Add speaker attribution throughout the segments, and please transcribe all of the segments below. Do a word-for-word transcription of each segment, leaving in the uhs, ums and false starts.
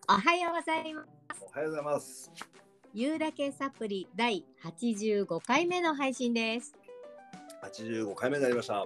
Speaker 1: おはようございます。
Speaker 2: おはようございます。
Speaker 1: ゆうだけサプリだいはちじゅうごかいめの配信です。
Speaker 2: はちじゅうごかいめになりました。
Speaker 1: はい。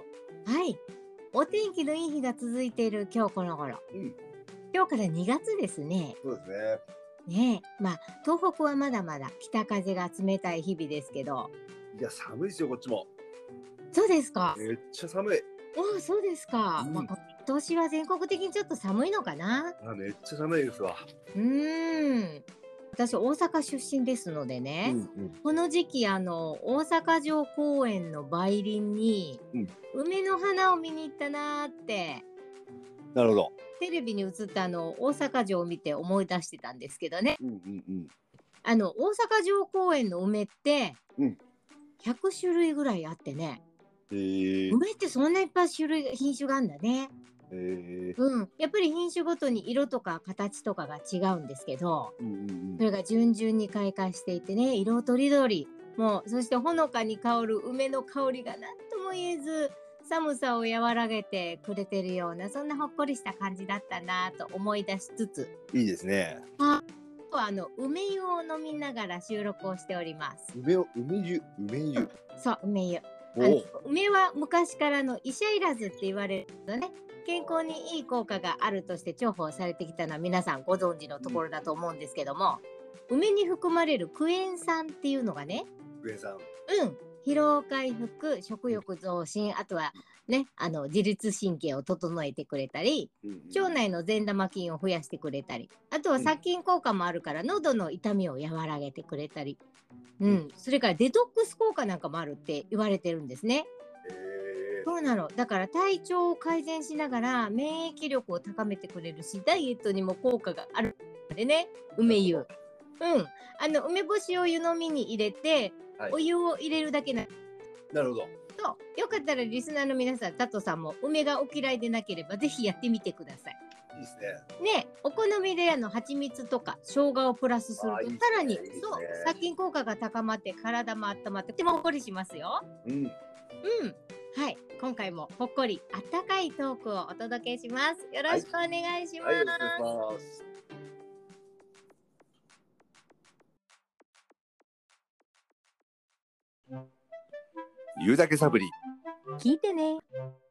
Speaker 1: お天気のいい日が続いている今日この頃。
Speaker 2: うん、
Speaker 1: 今日からにがつですね。
Speaker 2: そうですね。
Speaker 1: ねえ、まあ東北はまだまだ北風が冷たい日々ですけど。
Speaker 2: いや、寒いですよ、こっちも。
Speaker 1: そうですか。
Speaker 2: めっちゃ寒い。
Speaker 1: おお、そうですか。
Speaker 2: うん
Speaker 1: まあ今年は全国的にちょっと寒いのかな。
Speaker 2: あ、めっちゃ寒いですわ。
Speaker 1: うーん。私大阪出身ですので
Speaker 2: う
Speaker 1: ね。
Speaker 2: んうん
Speaker 1: この時期あの大阪城公園の梅林に
Speaker 2: うん。
Speaker 1: 梅の花を見に行ったなーって
Speaker 2: なるほど。
Speaker 1: テレビに映ったあの大阪城を見て思い出してたんですけどね。
Speaker 2: うんうんうん。
Speaker 1: あの大阪城公園の梅って
Speaker 2: うん
Speaker 1: ひゃくしゅるいぐらいあってね。
Speaker 2: えー、
Speaker 1: 梅ってそんないっぱい種類品種があるんだね。
Speaker 2: えー、
Speaker 1: うん。やっぱり品種ごとに色とか形とかが違うんですけど、
Speaker 2: うんうん
Speaker 1: それが順々に開花していてね、色とりどり、もうそしてほのかに香る梅の香りが何とも言えず寒さを和らげてくれてるような、そんなほっこりした感じだったなと思い出しつつ、
Speaker 2: うん。いいですね。
Speaker 1: ああの梅湯を飲みながら収録をしております。
Speaker 2: 梅を、梅湯、梅湯。
Speaker 1: そう、梅湯。あ
Speaker 2: お
Speaker 1: の
Speaker 2: お。
Speaker 1: 梅は昔からの医者いらずって言われるのね。健康にいい効果があるとして重宝されてきたのは皆さんご存知のところだと思うんですけども、梅に含まれるクエン酸っていうのがね、
Speaker 2: 上さん。
Speaker 1: うん疲労回復、食欲増進、あとはね、あの自律神経を整えてくれたり、
Speaker 2: うんうん
Speaker 1: 腸内の善玉菌を増やしてくれたり、あとは殺菌効果もあるから喉の痛みを和らげてくれたり、うん、それからデトックス効果なんかもあるって言われてるんですね。
Speaker 2: え
Speaker 1: そうなの。だから体調を改善しながら免疫力を高めてくれるし、ダイエットにも効果があるのでね、梅湯。うん。あの梅干しを湯飲みに入れて、
Speaker 2: ー、はい。
Speaker 1: お湯を入れるだけな
Speaker 2: なるほど。
Speaker 1: と、よかったらリスナーの皆さん、タトさんも梅がお嫌いでなければぜひやってみてください。
Speaker 2: いいですね。
Speaker 1: ね、お好みであの蜂蜜とか生姜をプラスすると
Speaker 2: あーいいですね
Speaker 1: さらに
Speaker 2: いいですね
Speaker 1: そう殺菌効果が高まって体も温まってとてもほっこりしますよ。
Speaker 2: うん。
Speaker 1: うん。はい。今回もほっこりあったかいトークをお届けします。よろしくお願いします。
Speaker 2: はい、よろしくお願いします。ゆうだけサプリ。
Speaker 1: 聞いてね。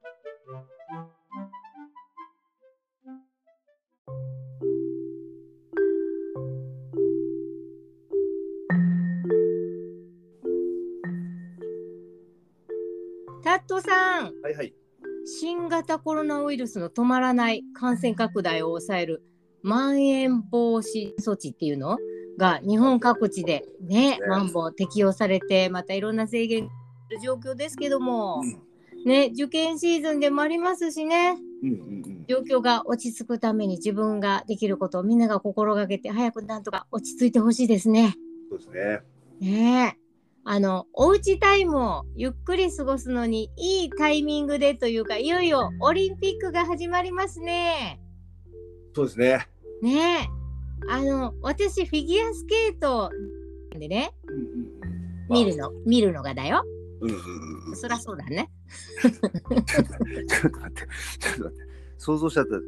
Speaker 1: タットさん、
Speaker 2: はいはい。
Speaker 1: 新型コロナウイルスの止まらない感染拡大を抑えるまん延防止措置っていうのが日本各地でね、まん防適用されて、またいろんな制限がある状況ですけども、
Speaker 2: うん
Speaker 1: ね、受験シーズンでもありますしね、
Speaker 2: うんうんうん。
Speaker 1: 状況が落ち着くために自分ができることをみんなが心がけて早くなんとか落ち着いてほしいですね。
Speaker 2: そうですね。
Speaker 1: ねえ。あのおうちタイムをゆっくり過ごすのにいいタイミングでというか、いよいよオリンピックが始まりますね。
Speaker 2: そうですね。
Speaker 1: ねえ。あの私フィギュアスケートでね、
Speaker 2: うんうんうん。
Speaker 1: 見るの見るのがだよ。
Speaker 2: うんうんうん。
Speaker 1: そりゃそうだね。
Speaker 2: ちょっと待って、ちょっと待って、想像しちゃった。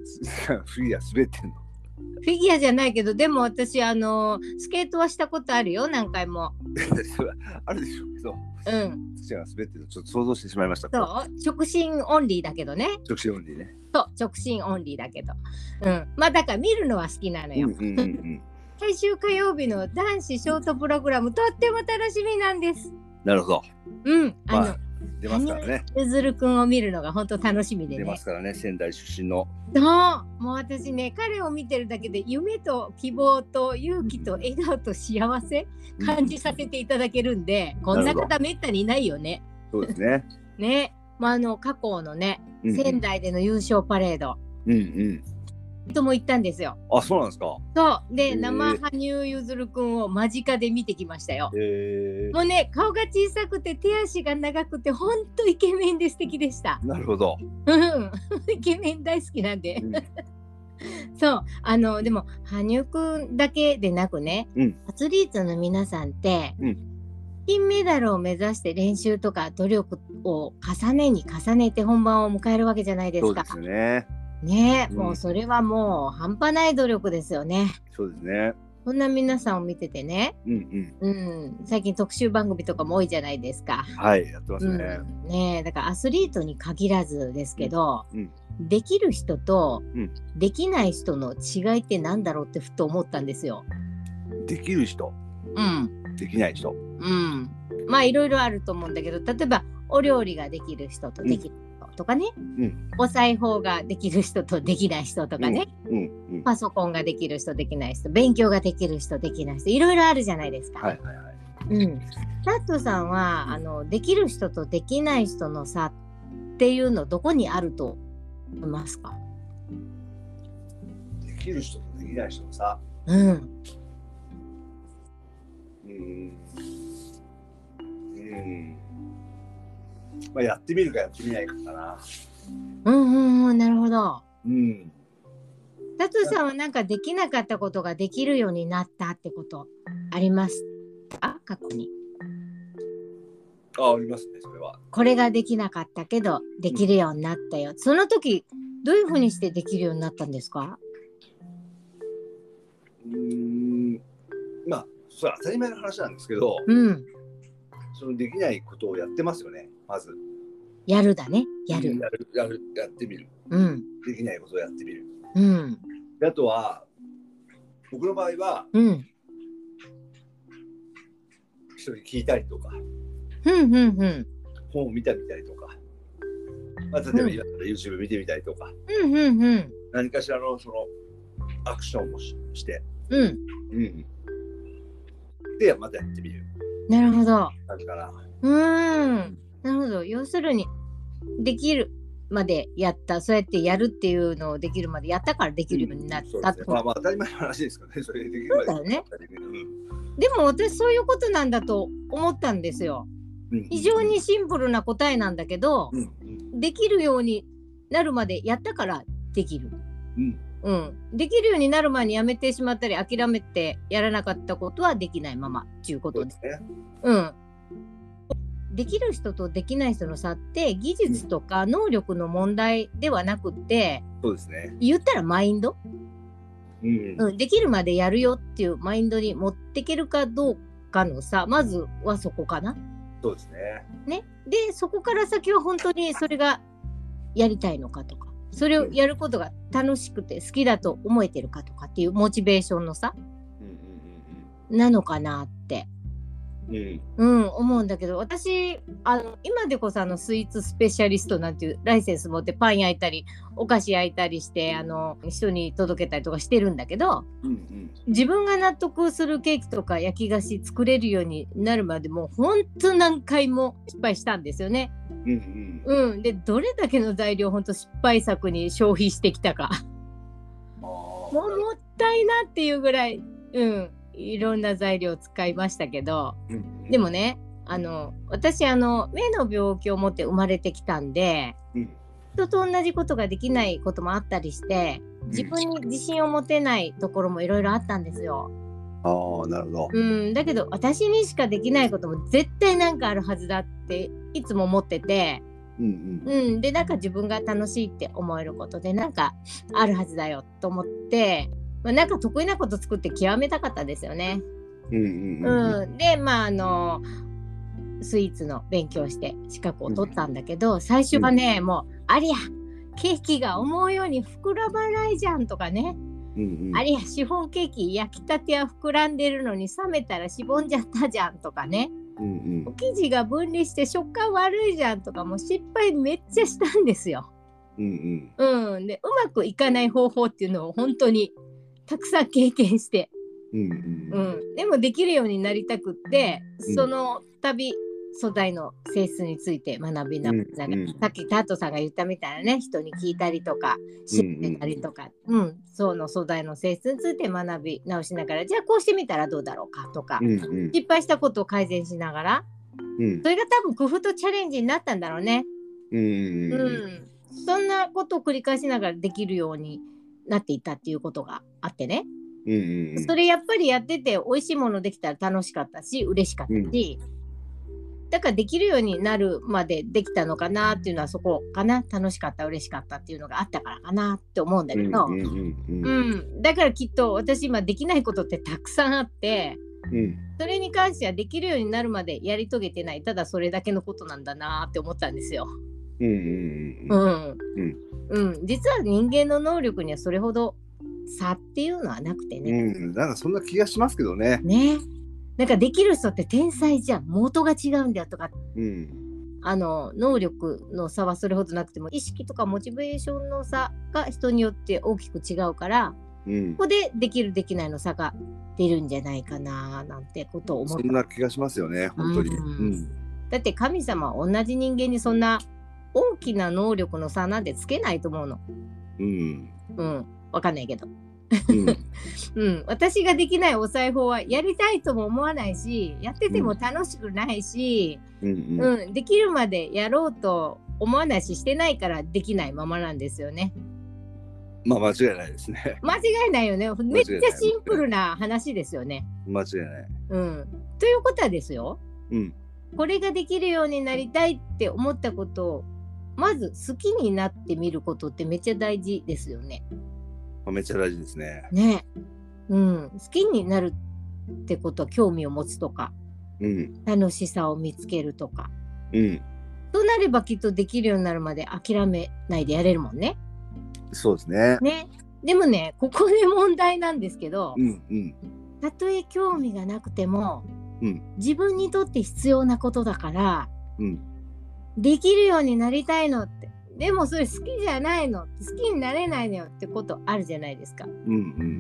Speaker 2: フィギュア滑ってんの。
Speaker 1: フィギュアじゃないけど、でも私あのスケートはしたことあるよ、何回も。
Speaker 2: それはあるでしょうけど、
Speaker 1: うん。
Speaker 2: 土が滑ってるのちょっと想像してしまいました。
Speaker 1: そう直進オンリーだけどね。
Speaker 2: 直進オンリーね。
Speaker 1: そう直進オンリーだけど、うん。まあだから見るのは好きなのよ。
Speaker 2: うんうんうんうん。
Speaker 1: 来週火曜日の男子ショートプログラム、とっても楽しみなんです。
Speaker 2: なるほど。
Speaker 1: うん。あの、
Speaker 2: まあ、出ますからね。
Speaker 1: ゆずるくんを見るのが本当楽しみでね。
Speaker 2: 出ますからね、仙台出身の。
Speaker 1: そう、もう私ね、彼を見てるだけで夢と希望と勇気と笑顔と幸せ感じさせていただけるんで、こんな方めったにいないよね。
Speaker 2: そうですね。
Speaker 1: ね、まあ、あの過去のね、
Speaker 2: うんうん
Speaker 1: 仙台での優勝パレード、
Speaker 2: うんうん。
Speaker 1: とも行ったんですよ。
Speaker 2: あ、そうなんですか。
Speaker 1: そうで、
Speaker 2: へー
Speaker 1: 生羽生結弦くんを間近で見てきましたよ。
Speaker 2: へえ。
Speaker 1: もうね、顔が小さくて手足が長くてほんとイケメンで素敵でした。
Speaker 2: なるほど。
Speaker 1: うんイケメン大好きなんで、
Speaker 2: うん、
Speaker 1: そうあのでも羽生くんだけでなくね、
Speaker 2: うん、
Speaker 1: アスリートの皆さんって、
Speaker 2: うん、
Speaker 1: 金メダルを目指して練習とか努力を重ねに重ねて本番を迎えるわけじゃないですか。
Speaker 2: そうですよね。
Speaker 1: ねえ、
Speaker 2: うん
Speaker 1: もうそれはもう半端ない努力ですよね。
Speaker 2: そうですね。
Speaker 1: そんな皆さんを見ててね、
Speaker 2: うんうん。
Speaker 1: うん、最近特集番組とかも多いじゃないですか。
Speaker 2: はい、やってます
Speaker 1: う
Speaker 2: ね。
Speaker 1: ん、ねえ、だからアスリートに限らずですけど、
Speaker 2: うん
Speaker 1: できる人と
Speaker 2: うん。
Speaker 1: できない人の違いってなんだろうってふと思ったんですよ。
Speaker 2: できる人、
Speaker 1: うん、
Speaker 2: できない人。
Speaker 1: うん。まあいろいろあると思うんだけど、例えばお料理ができる人とできる人とかね、
Speaker 2: うん
Speaker 1: お裁縫ができる人とできない人とかね、
Speaker 2: うんうん。
Speaker 1: パソコンができる人できない人、勉強ができる人できない人、いろいろあるじゃないですか。
Speaker 2: はいはいはい。
Speaker 1: うん。タットさんはあのできる人とできない人の差っていうのどこにあると思いますか？
Speaker 2: できる人とできない人の差。
Speaker 1: うん。
Speaker 2: うーん。うーん。まあやってみるかやってみないかかな。
Speaker 1: うんうんうん、なるほど。
Speaker 2: うん。
Speaker 1: タットさんはなんかできなかったことができるようになったってことありますか？過去に。
Speaker 2: あ、ありますね、それは。
Speaker 1: これができなかったけどできるようになったよ。その時どういうふうにしてできるようになったんですか？
Speaker 2: うーん。まあ、それは当たり前の話なんですけど、
Speaker 1: うん。
Speaker 2: そのできないことをやってますよね、まず。
Speaker 1: やるだね。やる。
Speaker 2: やる、やる、やってみる。
Speaker 1: うん。
Speaker 2: できないことをやってみる。
Speaker 1: うん。
Speaker 2: であとは、僕の場合は、
Speaker 1: うん。
Speaker 2: 人に聞いたりとか、
Speaker 1: うんうんうん。
Speaker 2: 本を見たりたりとか、まあ、例えば今だったら YouTube 見てみたりとか、
Speaker 1: うんうんうん。
Speaker 2: 何かしらのそのアクションを し, して
Speaker 1: うん。
Speaker 2: うん。で、またやってみる。
Speaker 1: なるほど。
Speaker 2: 感じかな。
Speaker 1: うーん。なるほど。要するに、できるまでやった。そうやってやるっていうのをできるまでやったからできるようになっ
Speaker 2: うん、そう
Speaker 1: たと。
Speaker 2: ですね。まあまあ当たり前の話ですからね。それでできるまで。
Speaker 1: そうだよね。
Speaker 2: うん
Speaker 1: でも私そういうことなんだと思ったんですよ。
Speaker 2: うん
Speaker 1: 非常にシンプルな答えなんだけど、
Speaker 2: うんうん
Speaker 1: できるようになるまでやったからできる。
Speaker 2: うん
Speaker 1: うん。できるようになる前にやめてしまったり諦めてやらなかったことはできないままっていうことで。
Speaker 2: そうですね。
Speaker 1: うん。できる人とできない人の差って技術とか能力の問題ではなくって、
Speaker 2: そうですね。
Speaker 1: 言ったらマインド、
Speaker 2: うん
Speaker 1: うん、できるまでやるよっていうマインドに持っていけるかどうかの差、まずはそこかな。
Speaker 2: そうですね。
Speaker 1: ね。で、そこから先は本当にそれがやりたいのかとか、それをやることが楽しくて好きだと思えてるかとかっていうモチベーションの差
Speaker 2: うん
Speaker 1: なのかなって
Speaker 2: うんうんうん
Speaker 1: うん、思うんだけど、私あの今でこそあのスイーツスペシャリストなんていうライセンス持ってパン焼いたりお菓子焼いたりしてあの人に届けたりとかしてるんだけど、
Speaker 2: うんうん
Speaker 1: 自分が納得するケーキとか焼き菓子作れるようになるまでもうほんと何回も失敗したんですよね。
Speaker 2: うんうん
Speaker 1: うん、でどれだけの材料ほんと失敗作に消費してきたかもうもったいなっていうぐらい、うん、いろんな材料を使いましたけど、
Speaker 2: うん
Speaker 1: でもね、あの私あの目の病気を持って生まれてきたんで、
Speaker 2: うん
Speaker 1: 人と同じことができないこともあったりして自分に自信を持てないところもいろいろあったんですよ。
Speaker 2: ああ、なるほど。
Speaker 1: うん、だけど私にしかできないことも絶対なんかあるはずだっていつも思ってて、
Speaker 2: うんうん
Speaker 1: うん、でなんか自分が楽しいって思えることでなんかあるはずだよと思って、まあ、なんか得意なこと作って極めたかったですよね。
Speaker 2: うんうんうん
Speaker 1: うん、でまああのスイーツの勉強して資格を取ったんだけど、最初はね、もうありゃケーキが思うように膨らまないじゃんとかね、
Speaker 2: うんうん
Speaker 1: ありゃシフォンケーキ焼きたては膨らんでるのに冷めたらしぼんじゃったじゃんとかね、
Speaker 2: うんうん
Speaker 1: 生地が分離して食感悪いじゃんとかもう失敗めっちゃしたんですよ。
Speaker 2: うんうん
Speaker 1: うん、でうまくいかない方法っていうのを本当にたくさん経験して、
Speaker 2: うんうん
Speaker 1: うん、でもできるようになりたくって、
Speaker 2: うん
Speaker 1: その度素材の性質について学びながら、
Speaker 2: うんうん
Speaker 1: さっきタートさんが言ったみたいなね、人に聞いたりとか知ってたりとか、うんうんその素材の性質について学び直しながら、じゃあこうしてみたらどうだろうかとか、
Speaker 2: うんうん
Speaker 1: 失敗したことを改善しながら、
Speaker 2: うん
Speaker 1: それが多分工夫とチャレンジになったんだろうね。
Speaker 2: うんうん
Speaker 1: うん、そんなことを繰り返しながらできるようになっていったっていうことがあってね、
Speaker 2: うんうん
Speaker 1: それやっぱりやってて美味しいものできたら楽しかったし嬉しかったし、 だからできるようになるまでできたのかなっていうのはそこかな。楽しかった嬉しかったっていうのがあったからかなって思うんだけど、
Speaker 2: うんうんうんうん
Speaker 1: うん、だからきっと私今できないことってたくさんあって、
Speaker 2: うん、
Speaker 1: それに関してはできるようになるまでやり遂げてない、ただそれだけのことなんだなって思ったんですよ。
Speaker 2: うんうん
Speaker 1: う
Speaker 2: うん
Speaker 1: ん、うん、実は人間の能力にはそれほど差っていうのはなくてね。
Speaker 2: うん、なんかそんな気がしますけどね。
Speaker 1: ね、なんかできる人って天才じゃん、元が違うんだよとか、
Speaker 2: うん、
Speaker 1: あの能力の差はそれほどなくても意識とかモチベーションの差が人によって大きく違うから、
Speaker 2: うん、
Speaker 1: ここでできるできないの差が出るんじゃないかななんてことを思った。
Speaker 2: そんな気がしますよね、本当に。
Speaker 1: うん
Speaker 2: うん、
Speaker 1: だって神様は同じ人間にそんな大きな能力の差なんてつけないと思うの。
Speaker 2: うん、
Speaker 1: うん、わかんないけど。
Speaker 2: うん
Speaker 1: うん、私ができないお裁縫はやりたいとも思わないし、やってても楽しくないし、
Speaker 2: うんうん
Speaker 1: うん、できるまでやろうと思わないし、してないからできないままなんですよね。
Speaker 2: まあ間違いないですね。
Speaker 1: 間違いないよね。めっちゃシンプルな話ですよね。
Speaker 2: 間違いない。
Speaker 1: うん、ということはですよ、
Speaker 2: うん、
Speaker 1: これができるようになりたいって思ったことをまず好きになってみることってめっちゃ大事ですよね。
Speaker 2: めっちゃ大事ですね。
Speaker 1: ね、うん、好きになるってことは興味を持つとか、
Speaker 2: うん、
Speaker 1: 楽しさを見つけるとか、
Speaker 2: うん、
Speaker 1: となればきっとできるようになるまで諦めないでやれるもんね。
Speaker 2: そうですね。
Speaker 1: ね、でもね、ここで問題なんですけど、
Speaker 2: うんうん、
Speaker 1: たとえ興味がなくても、
Speaker 2: うん、
Speaker 1: 自分にとって必要なことだから、
Speaker 2: うん、
Speaker 1: できるようになりたいのって、でもそれ好きじゃないの、好きになれないのよってことあるじゃないですか。
Speaker 2: うんうん、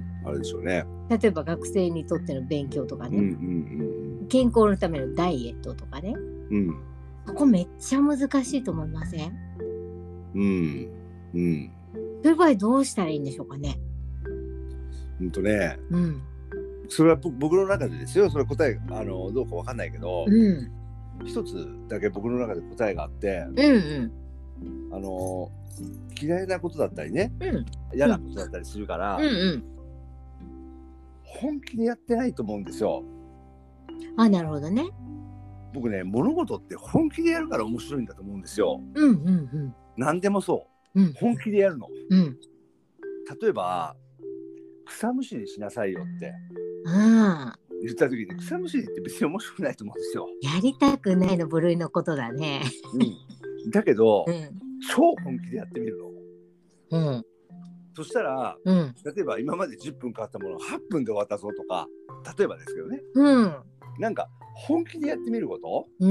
Speaker 2: あれでしょうね。
Speaker 1: 例えば学生にとっての勉強とかね、
Speaker 2: うんうん
Speaker 1: 健康のためのダイエットとかね、
Speaker 2: うん、うん、
Speaker 1: ここめっちゃ難しいと思いません？
Speaker 2: うんうん。
Speaker 1: そういう場合どうしたらいいんでしょうかね。
Speaker 2: うんとね、
Speaker 1: うん、
Speaker 2: それは僕の中でですよ。それは答えあのどうかわかんないけど、
Speaker 1: うん、
Speaker 2: 一つだけ僕の中で答えがあって、
Speaker 1: うんうん
Speaker 2: あの嫌いなことだったりね、
Speaker 1: うん、
Speaker 2: 嫌なことだったりするから、
Speaker 1: うんうん、
Speaker 2: 本気でやってないと思うんですよ。
Speaker 1: あ、なるほどね。
Speaker 2: 僕ね、物事って本気でやるから面白いんだと思うんですよ。
Speaker 1: うんうんうん、
Speaker 2: 何でもそう、
Speaker 1: うん、
Speaker 2: 本気でやるの。
Speaker 1: うん、
Speaker 2: 例えば草むしりしなさいよって
Speaker 1: ああ、
Speaker 2: 言った時に、草むしりって別に面白くないと思うんですよ。
Speaker 1: やりたくないの部類のことだね。
Speaker 2: うん、だけど、
Speaker 1: うん、
Speaker 2: 超本気でやってみるの。
Speaker 1: うん、
Speaker 2: そしたら、
Speaker 1: うん、
Speaker 2: 例えば今までじゅっぷんかかったものをはっぷんで終わったぞとか、例えばですけどね、
Speaker 1: うん、
Speaker 2: なんか本気でやってみること、
Speaker 1: うん、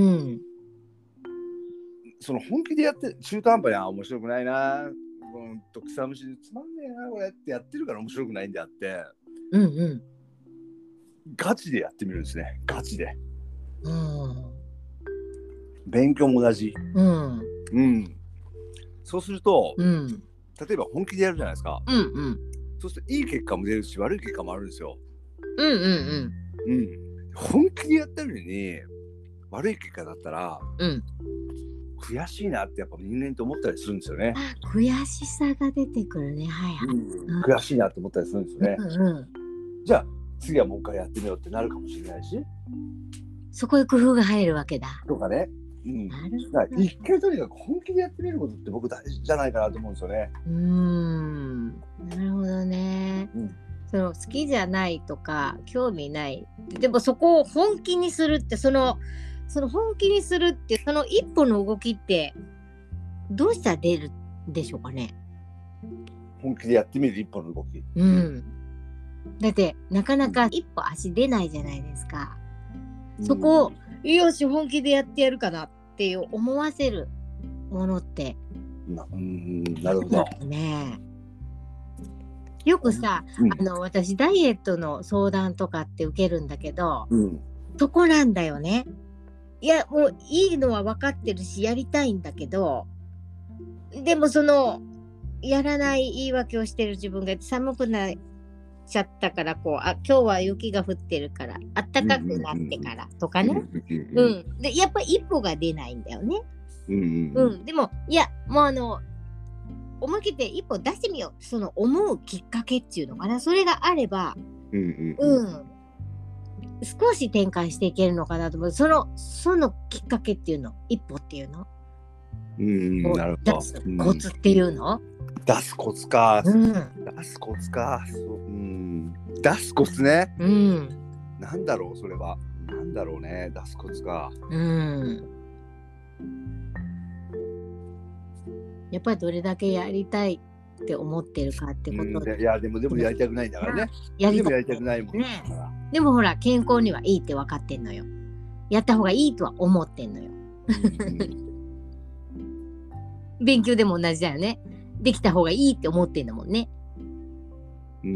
Speaker 2: その本気でやって中途半端にあ面白くないな、うんと草むしりつまんねえなこれってやってるから面白くないんであって、
Speaker 1: うん、うん、
Speaker 2: ガチでやってみるんですね。ガチで。
Speaker 1: うん、
Speaker 2: 勉強も同じ。
Speaker 1: うん、
Speaker 2: うん。そうすると、
Speaker 1: うん、
Speaker 2: 例えば本気でやるじゃないですか。
Speaker 1: うん、うん、
Speaker 2: そうするといい結果も出るし悪い結果もあるんですよ。
Speaker 1: うん、うん、
Speaker 2: うん。本気でやったのに悪い結果だったら、
Speaker 1: うん、
Speaker 2: 悔しいなってやっぱ人間って思ったりするんですよね。
Speaker 1: 悔しさが出てくるね。はいはい。
Speaker 2: うん、悔しいなって思ったりするんですよね。
Speaker 1: うんうん、
Speaker 2: じゃあ次はもう一回やってみようってなるかもしれないし、
Speaker 1: そこへ工夫が入るわけだ。
Speaker 2: とかね。うん、
Speaker 1: なるほど。
Speaker 2: だから一回とにかく本気でやってみることって僕大事じゃないかなと思うんですよね。
Speaker 1: うーん、なるほどね。
Speaker 2: うん、
Speaker 1: その好きじゃないとか興味ない。でもそこを本気にするって、そのその本気にするってその一歩の動きってどうしたら出るんでしょうかね。
Speaker 2: 本気でやってみる一歩の動き。
Speaker 1: うん。だってなかなか一歩足出ないじゃないですか。うん、そこをよし本気でやってやるかなっていう思わせるものって
Speaker 2: な、うん、なるほど
Speaker 1: ね。よくさ、うん、あの私ダイエットの相談とかって受けるんだけど、うん、そこなんだよね。いやもういいのは分かってるしやりたいんだけど、でもそのやらない言い訳をしてる自分が寒くなっちゃったからこうあ今日は雪が降ってるからあったかくなってからとかね、うん、でやっぱ一歩が出ないんだよね、うんうん、でもいやもうあの思い切って一歩出してみよう、その思うきっかけっていうのかな、それがあれば、うんうんうん、 少し展開していけるのかなと思う。そのそのきっかけっていうの、一歩っていうの、
Speaker 2: うんなるほど。
Speaker 1: 出すコツっていうの、
Speaker 2: うん、出すコツか、
Speaker 1: うん、
Speaker 2: 出すコツか、そう、うん、出すコツね、
Speaker 1: うん、
Speaker 2: なんだろうそれは、なんだろうね、出すコツか、
Speaker 1: うん、やっぱりどれだけやりたいって思ってるかってこと、
Speaker 2: うん、いやでもでもやりたくないんだからね、
Speaker 1: やりた
Speaker 2: でもやりたくないもんね。
Speaker 1: でもほら健康にはいいって分かってんのよ。やった方がいいとは思ってんのよ。勉強でも同じだよね。できた方がいいって思ってんだもんね。
Speaker 2: うん、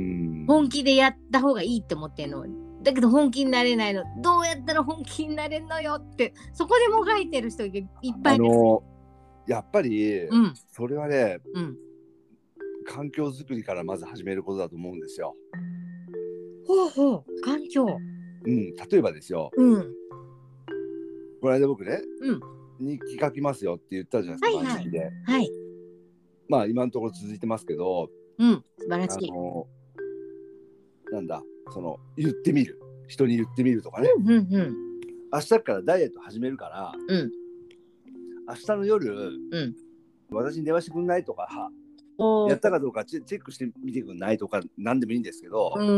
Speaker 1: 本気でやった方がいいって思ってんの。だけど本気になれないの。どうやったら本気になれんのよってそこでもがいてる人がいっぱいいる。
Speaker 2: あのやっぱり、うん、それはね、
Speaker 1: うん、
Speaker 2: 環境づくりからまず始めることだと思うんですよ。
Speaker 1: ほうほう、環境。
Speaker 2: うん、例えばですよ。
Speaker 1: うん。
Speaker 2: この間僕ね、
Speaker 1: うん、
Speaker 2: 日記書きますよって言ったじゃないですか、
Speaker 1: はいはい、
Speaker 2: で。
Speaker 1: はい。
Speaker 2: まあ今のところ続いてますけど、
Speaker 1: うん、素晴らしい。
Speaker 2: あのなんだ、その言ってみる、人に言ってみるとかね。
Speaker 1: うんうんうん、
Speaker 2: 明日からダイエット始めるから、
Speaker 1: うん、
Speaker 2: 明日の夜、うん、私に電話してくんないとか、はやったかどうかチェックしてみてくんないとか、何でもいいんですけど、
Speaker 1: うん、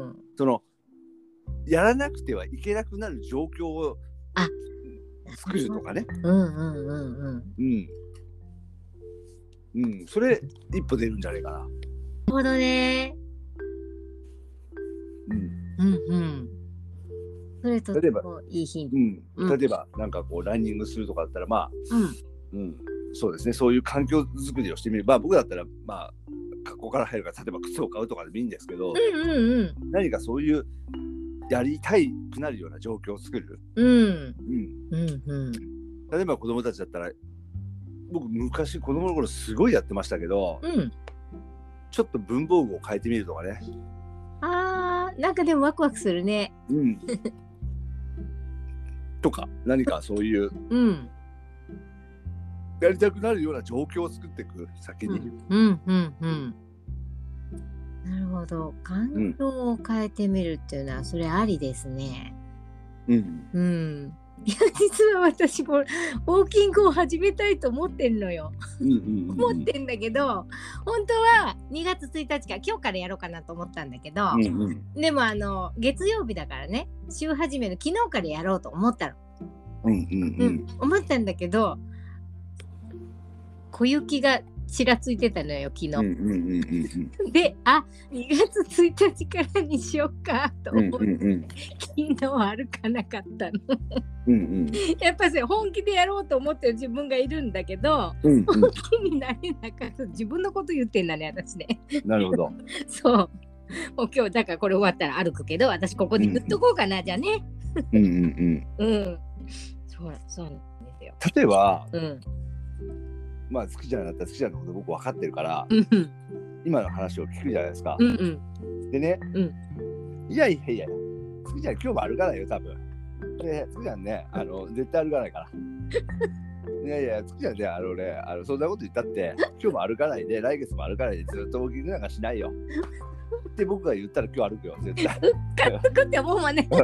Speaker 1: そ
Speaker 2: のやらなくてはいけなくなる状況を作るとかね。
Speaker 1: うんうんうんうん。
Speaker 2: うんうん、それ一歩出るんじゃないかな。なる
Speaker 1: ほどね。
Speaker 2: うん
Speaker 1: うんうん。それとてもいいヒント。
Speaker 2: うん、例えばなんかこうランニングするとかだったら、まあ、うんうん、そうですね、そういう環境づくりをしてみる。まあ僕だったらまあ格好から入るから、例えば靴を買うとかでもいいんですけど、
Speaker 1: うんうんうん、
Speaker 2: 何かそういうやりたいくなるような状況を作る。
Speaker 1: うんうんうんうん、
Speaker 2: 例えば子供たちだったら、僕昔子供の頃すごいやってましたけど、うん、ちょっと文房具を変えてみるとかね。
Speaker 1: あー、なんかでもワクワクするね。
Speaker 2: うんとか何かそういう、うん、やりたくなるような状況を作っていく先に。
Speaker 1: うんうんうん、なるほど。環境を変えてみるっていうのはそれありですね。うんうん。いや実は私もウォーキングを始めたいと思ってんのよ。うんうんうんうん、思ってんだけど、本当はにがつついたちから今日からやろうかなと思ったんだけど、うんうん、でもあの月曜日だからね、週始めの昨日からやろうと思ったの。うんうんうんうん、思ったんだけど、小雪がちらついてたのよ昨日、うんうんうんうん、で、あ、にがつついたちからにしよっかと思って、うんうんうん、昨日歩かなかったの、うんうん、やっぱり本気でやろうと思ってる自分がいるんだけど、うんうん、本気になれなかった。自分のこと言ってんだね私ね。
Speaker 2: なるほど。
Speaker 1: そう、もう今日だからこれ終わったら歩くけど、私ここで言っとこうかな、うんうん、じゃあね。うんうんうん、うん、そうそうなんですよ。
Speaker 2: 例えば、うん、まあ好きじゃなかったら好きじゃないこと僕分かってるから、うんうん、今の話を聞くじゃないですか、うんうん、でね、うん、いやいやいや好きじゃん、今日も歩かないよ多分。で好きじゃんね、あの絶対歩かないからいやいや好きじゃんね、あのね、あのそんなこと言ったって今日も歩かないで来月も歩かないでずっとウォーキングなんかしないよって僕が言ったら今日歩くよ絶対。
Speaker 1: かっこって思うわね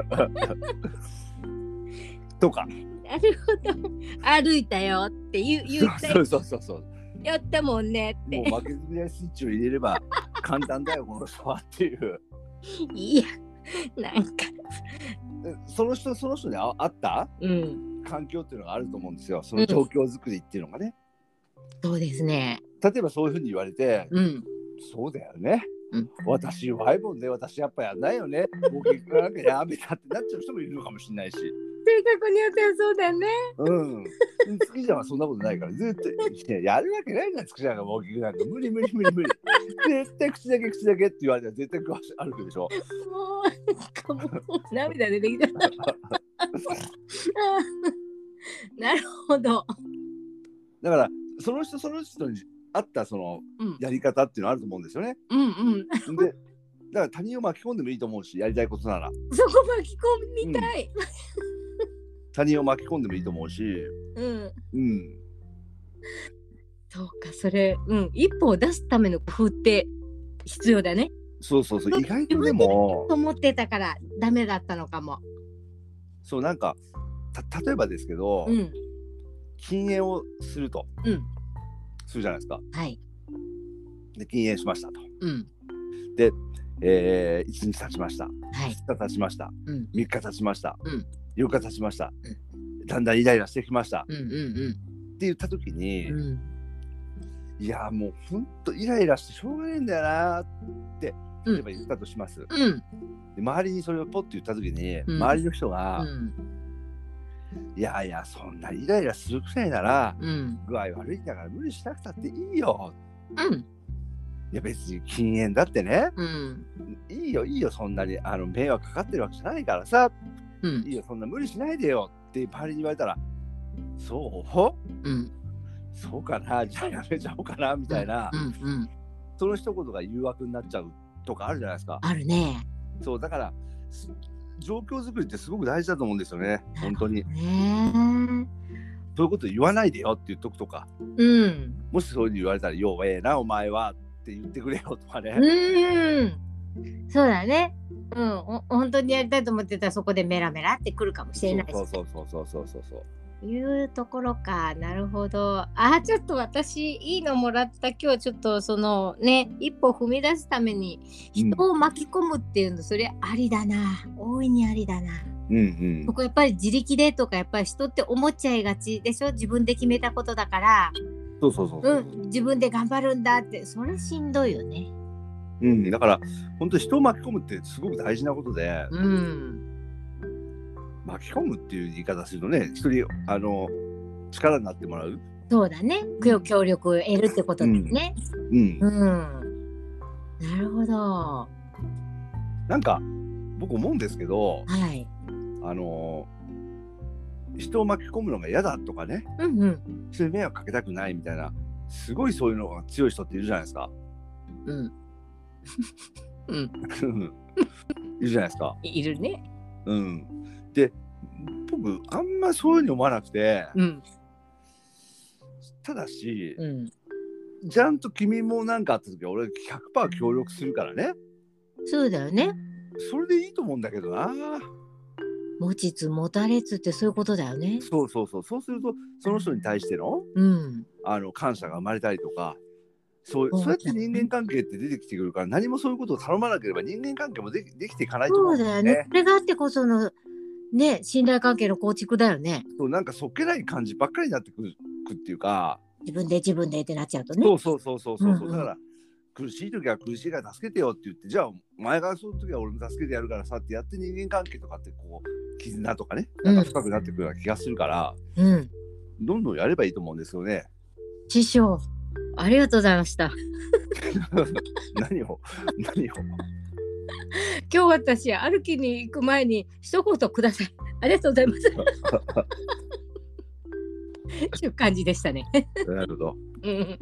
Speaker 2: とか。
Speaker 1: なるほど、歩いたよって言う、言った
Speaker 2: そうそうそうそう、
Speaker 1: やったもんねって。
Speaker 2: もう負けず嫌いスイッチを入れれば簡単だよこの人はっていう。
Speaker 1: いや、なんか
Speaker 2: その人その人にあった、うん、環境っていうのがあると思うんですよ、その状況づくりっていうのがね、
Speaker 1: うん、そうですね。
Speaker 2: 例えばそういうふうに言われて、うん、そうだよね、うん、私弱いもんね、私やっぱやんないよね、もう結果なんかやめたってなっちゃう人もいるのかもしれないし、
Speaker 1: 性格によってはそうだね。
Speaker 2: うん。つきちゃんはそんなことないから、ずっとやるわけないじゃん、つきちゃんがウォーキングなんか無理無理無理無理。絶対口だけ口だけって言われたら絶対歩くでしょ。
Speaker 1: もうなんかもう涙出てきた。なるほど。
Speaker 2: だからその人その人に合ったそのやり方っていうのあると思うんですよね。うんうん。で、だから他人を巻き込んでもいいと思うし、やりたいことなら。
Speaker 1: そこ巻き込みたい。うん、
Speaker 2: 他人を巻き込んでもいいと思うし。うん。うん。
Speaker 1: そうか、それ、うん、一歩を出すための工夫って必要だね。
Speaker 2: そうそうそう、意外とでも。
Speaker 1: と思ってたからダメだったのかも。
Speaker 2: そうなんかた例えばですけど、うん、禁煙をすると、うん、するじゃないですか。
Speaker 1: はい。
Speaker 2: で禁煙しましたと。
Speaker 1: うん、
Speaker 2: で、えー、いちにち経ちました。
Speaker 1: はい、
Speaker 2: ふつか経ちました。
Speaker 1: うん、
Speaker 2: みっか経ちました。
Speaker 1: うん、
Speaker 2: よっか経ちました。うん、だんだんイライラしてきました。
Speaker 1: うんうんうん、
Speaker 2: って言った時に、うん、いやもうほんとイライラしてしょうがないんだよなって例えば言ったとします。うん、で周りにそれをポッと言った時に、うん、周りの人が、うん、いやいやそんなイライラするくらいなら、うん、具合悪いんだから無理しなくたっていいよ。うん、いや別に禁煙だってね、うん、いいよいいよそんなにあの迷惑かかってるわけじゃないからさ、うん、いいよそんな無理しないでよって周りに言われたら、そう、うん、そうかなじゃあやめちゃおうかなみたいな、うんうんうん、その一言が誘惑になっちゃうとかあるじゃないですか。
Speaker 1: あるね。
Speaker 2: そうだから状況作りってすごく大事だと思うんですよね。本当に。そういうこと言わないでよって言っとくとか、うん、もしそういうふうに言われたら弱えなお前はって言ってくれよとかね。
Speaker 1: うん、そうだね。うん、本当にやりたいと思ってたらそこでメラメラってくるかもしれないし、ね。
Speaker 2: そうそうそうそうそうそうそう。
Speaker 1: いうところか。なるほど。あ、ちょっと私いいのもらった。今日ちょっとそのね一歩踏み出すために人を巻き込むっていうの、うん、それありだな。大いにありだな。うんうん、ここやっぱり自力でとかやっぱり人って思っちゃいがちでしょ。自分で決めたことだから。
Speaker 2: そうそうそうそう、
Speaker 1: うん、自分で頑張るんだってそれしんどいよね。
Speaker 2: うん、だから本当に人を巻き込むってすごく大事なことで。うん、巻き込むっていう言い方するとね、一人あの力になってもらう。
Speaker 1: そうだね。協力を得るってことですね。うん、うんうん、なるほど。
Speaker 2: なんか僕思うんですけど、
Speaker 1: はい、
Speaker 2: あの人を巻き込むのが嫌だとかね、
Speaker 1: うんうん、
Speaker 2: そういう迷惑かけたくないみたいな、すごいそういうのが強い人っているじゃないですか。
Speaker 1: うん。うん。
Speaker 2: いるじゃないですか。
Speaker 1: いるね。
Speaker 2: うん。で、僕あんまそういうふうに思わなくて、うん、ただし、うん、ちゃんと君も何かあった時は俺 ひゃくパーセント 協力するからね。
Speaker 1: そうだよね。
Speaker 2: それでいいと思うんだけどな。
Speaker 1: 持ちつ持たれつってそういうことだよね。
Speaker 2: そうそうそう。そうするとその人に対しての、うん、あの感謝が生まれたりとか、そう、そうやって人間関係って出てきてくるから、何もそういうことを頼まなければ人間関係も で, できていかないと思うんですね。
Speaker 1: そうだよね。それがあってこそのね、信頼関係の構築だよね。
Speaker 2: そう、なんかそっけない感じばっかりになってくるっていうか、
Speaker 1: 自分で自分でってなっちゃうとね。
Speaker 2: そうそうそうそうそう、うんうん、だから苦しい時は苦しいから助けてよって言って、じゃあお前がそういう時は俺も助けてやるからさってやって人間関係とかってこう絆とかね、なんか深くなってくるような気がするから、うん、どんどんやればいいと思うんですよね。
Speaker 1: 師匠ありがとうございました。
Speaker 2: 何を何を
Speaker 1: 今日私歩きに行く前に一言ください。ありがとうございます。という感じでしたね。
Speaker 2: なるほど。うんうん。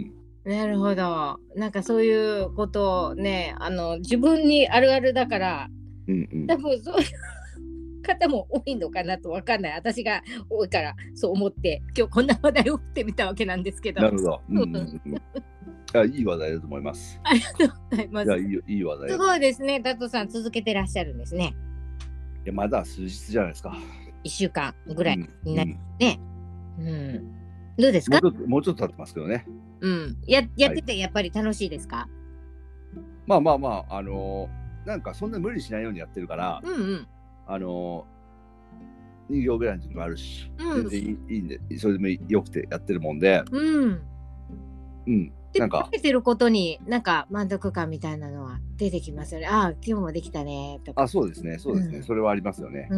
Speaker 1: なるほど。なんかそういうことをね、あの自分にあるあるだから、うんうん、多分そういう方も多いのかなと分かんない。私が多いからそう思って今日こんな話題を振ってみたわけなんですけど。
Speaker 2: なるほど。うんうんうん、あ、いい話題だと思います。
Speaker 1: ありがとうございます。
Speaker 2: いや、いい、いい話題。
Speaker 1: すごいですね。タトさん続けてらっしゃるんですね。
Speaker 2: いや、まだ数日じゃないですか。
Speaker 1: いっしゅうかんぐらいになってね。うんうん、どうですか？
Speaker 2: もうちょっと、もうちょっと経ってますけどね。
Speaker 1: うん。や、やっててやっぱり楽しいですか？はい、
Speaker 2: まあまあまあ、あのー、なんかそんな無理しないようにやってるから、うんうん、あのー、に行ぐらいの時もあるし、うん、全然いい、いいんで、それでもよくてやってるもんで、うん。うん。
Speaker 1: なんか、でてることになんか満足感みたいなのは出てきますよね。ああ、今日もできたねとか。
Speaker 2: あ、そうですね、そうですね、うん、それはありますよね。うん。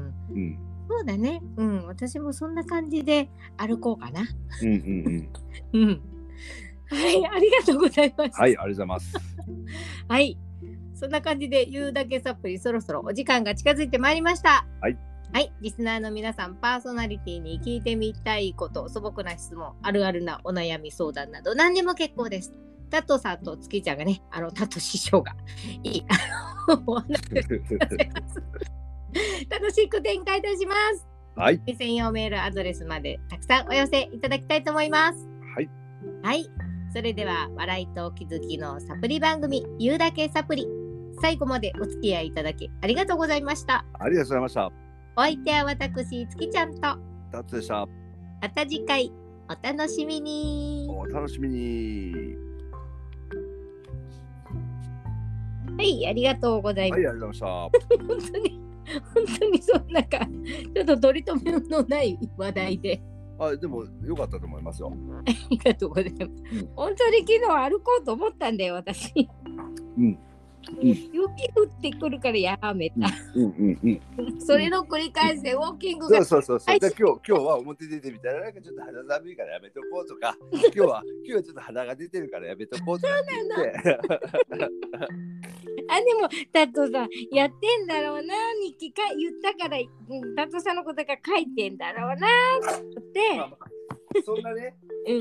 Speaker 1: うん。そうだね。うん、私もそんな感じで歩こうかな。うんうんうん。うん。はい、ありがとうございます。
Speaker 2: はい、ありがとうございます。
Speaker 1: はい、そんな感じで言うだけサプリそろそろお時間が近づいてまいりました。
Speaker 2: はい。
Speaker 1: はい、リスナーの皆さん、パーソナリティに聞いてみたいこと、素朴な質問、あるあるなお悩み相談など何でも結構です。タトさんと月ちゃんがね、あのタト師匠がいいお話しくださいます。楽しく展開いたします。
Speaker 2: はい。
Speaker 1: 専用メールアドレスまでたくさんお寄せいただきたいと思います。
Speaker 2: はい。
Speaker 1: はい。それでは笑いと気づきのサプリ番組、言うだけサプリ。最後までお付き合いいただきありがとうございました。
Speaker 2: ありがとうございました。
Speaker 1: お相手は私、月ちゃんと。
Speaker 2: タツでした。
Speaker 1: また次回お楽しみに。
Speaker 2: お楽しみに。
Speaker 1: はい、ありがとうございます。
Speaker 2: はい、ありがとうございました。
Speaker 1: 本当に本当にそんなかちょっと取り留めのない話題で。
Speaker 2: あ、でも良かったと思いますよ。
Speaker 1: ありがとうございます。うん、本当に昨日歩こうと思ったんだよ、私。うん。うん、雪降ってくるからやめた。うんうんうんうん、それの繰り返しでウォーキングが。
Speaker 2: そうそうそうそう。で今日今日は表出てみたらなんかちょっと肌寒いからやめとこうとか、今日は今日はちょっと肌が出てるからやめとこうとかって言って。
Speaker 1: あでもタトさんやってんだろうな、日記か言ったからタトさんのことが書いてんだろうなって。まあまあ、
Speaker 2: そんなね。うん、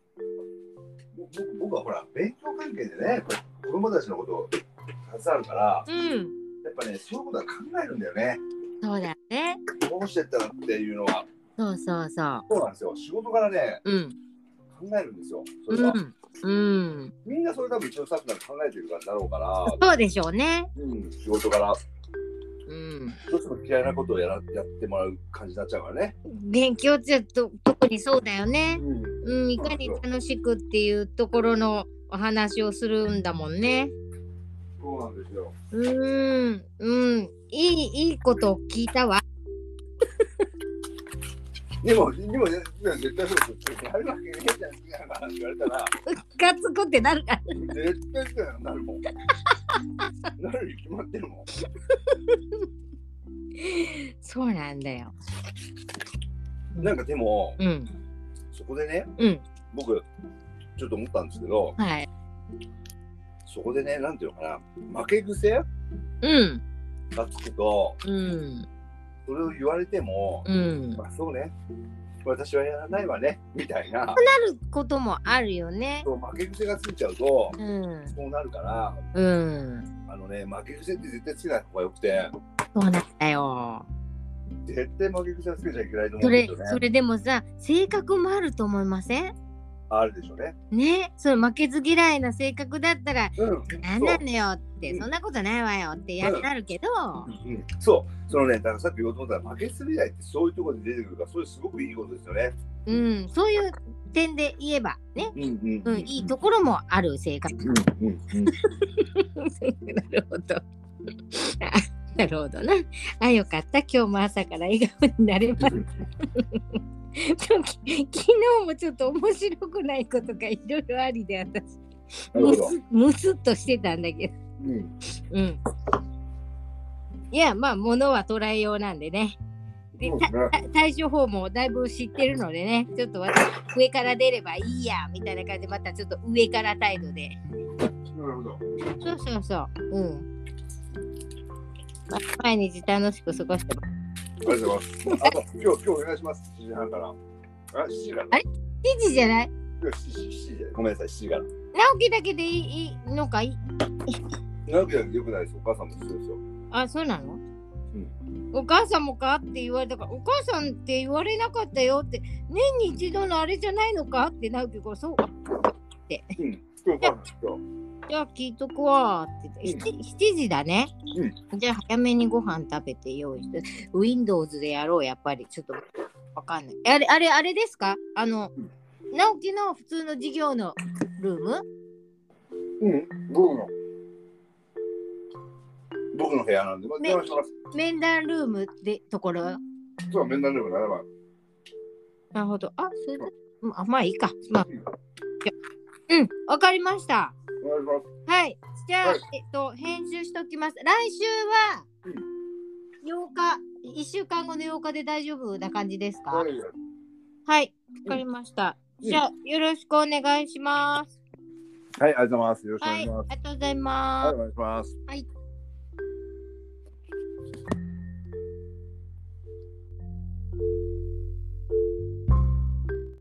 Speaker 2: 僕はほら勉強関係でね、子供たちのことを携わるから、うん、やっぱねそういうことは考えるんだよね。
Speaker 1: そうだね。
Speaker 2: どうしてったらっていうのは。
Speaker 1: そうそうそう。
Speaker 2: そうなんですよ。仕事からね、うん、考えるんですよ。それは。うんうん、みんなそれ多分一応スタッフなんか考えてるからだろうから。
Speaker 1: そうでしょうね。
Speaker 2: うん、仕事から。うん、どうしても嫌いなことをやらやってもらう感じになっちゃうからね。
Speaker 1: 勉強ってと特にそうだよね、うんうん。いかに楽しくっていうところのお話をするんだもんね。
Speaker 2: そうなんですよ。
Speaker 1: うーん、うん、いいいいことを聞いたわ。
Speaker 2: でもでも絶対そうです。やるわけねえじゃん好きなのかなって言われたら。
Speaker 1: ガツコってなるから。
Speaker 2: 絶対そうなるもん。なるに決まってるもん。
Speaker 1: そうなんだよ。
Speaker 2: なんかでも、うん、そこでね、うん、僕ちょっと思ったんですけど、はい、そこでね、なんていうのかな、負け癖、うん、がつくと、うん、それを言われても、うん、まあそうね、私はやらないわねみたいな。
Speaker 1: なることもあるよね。
Speaker 2: そう負け癖がついちゃうと、うん、そうなるから、うん、あのね、負け癖って絶対つけない方がよくて。
Speaker 1: そうなんだよ。
Speaker 2: 絶対負け癖はつけちゃいけないと思うんですよね。
Speaker 1: それ、それでもさ、性格もあると思いません？
Speaker 2: あるでしょうね。
Speaker 1: ね、それ負けず嫌いな性格だったら、うん、なんなのよって、うん、そんなことないわよってやなるけど、
Speaker 2: うんうん、そう、そのね、だからさっき言おうと思ったら負けず嫌いってそういうところに出てくるから、それすごくいいことですよね。
Speaker 1: うん、そういう点で言えばね、うんうんうんうん、いいところもある性格。うんうんうん、なるほど。なるほどな。あ、よかった。今日も朝から笑顔になれます。昨日もちょっと面白くないことがいろいろありで、私むすむすっとしてたんだけど、うんうん、いやまあ物は捉えようなんでね。で対処法もだいぶ知ってるのでね、ちょっと私上から出ればいいやみたいな感じで、またちょっと上から態度で。なるほど。そうそうそう。うん。まあ、毎日楽しく過ごしてます。
Speaker 2: ありがとうございます。あと今日今日お願いします。しちじはんから。あ、しちじから。
Speaker 1: あれ？しちじじゃない？
Speaker 2: 今日しちじ、しちじ、ごめんなさい、しちじから。
Speaker 1: 直樹だけでいい、いいのかい？
Speaker 2: 直樹だけでよくないです。お母さんもそうですよ。
Speaker 1: あ、そうなの？うん。お母さんもかって言われたから、お母さんって言われなかったよって、年に一度のあれじゃないのかって直樹がそうかって。うん。今日かじゃあ聞いとくわって言って、うん、しちじだね、うん、じゃあ早めにご飯食べて用意して Windows でやろう。やっぱりちょっとわかんない。あれあれあれですか、あの、うん、直樹の普通の授業のルーム？
Speaker 2: うん僕の僕の部屋なんで、まあ、電話します。
Speaker 1: 面談ルームでところ？
Speaker 2: そう、面談ルームななばん。
Speaker 1: なるほど。あ、それで、うん、あ、まあいいか。まあ、うん、わかりました。
Speaker 2: お願いします。
Speaker 1: はい、じゃあ、はい、えっと編集しときます。来週はようか、いっしゅうかんごのようかで大丈夫な感じですか？はい、はい、わかりました。うん、じゃあよろしくお願いします。
Speaker 2: はい、ありがとうございます。よろしくお願いします。
Speaker 1: はい、ありがとうございます。
Speaker 2: はい、お願いします。
Speaker 1: はい。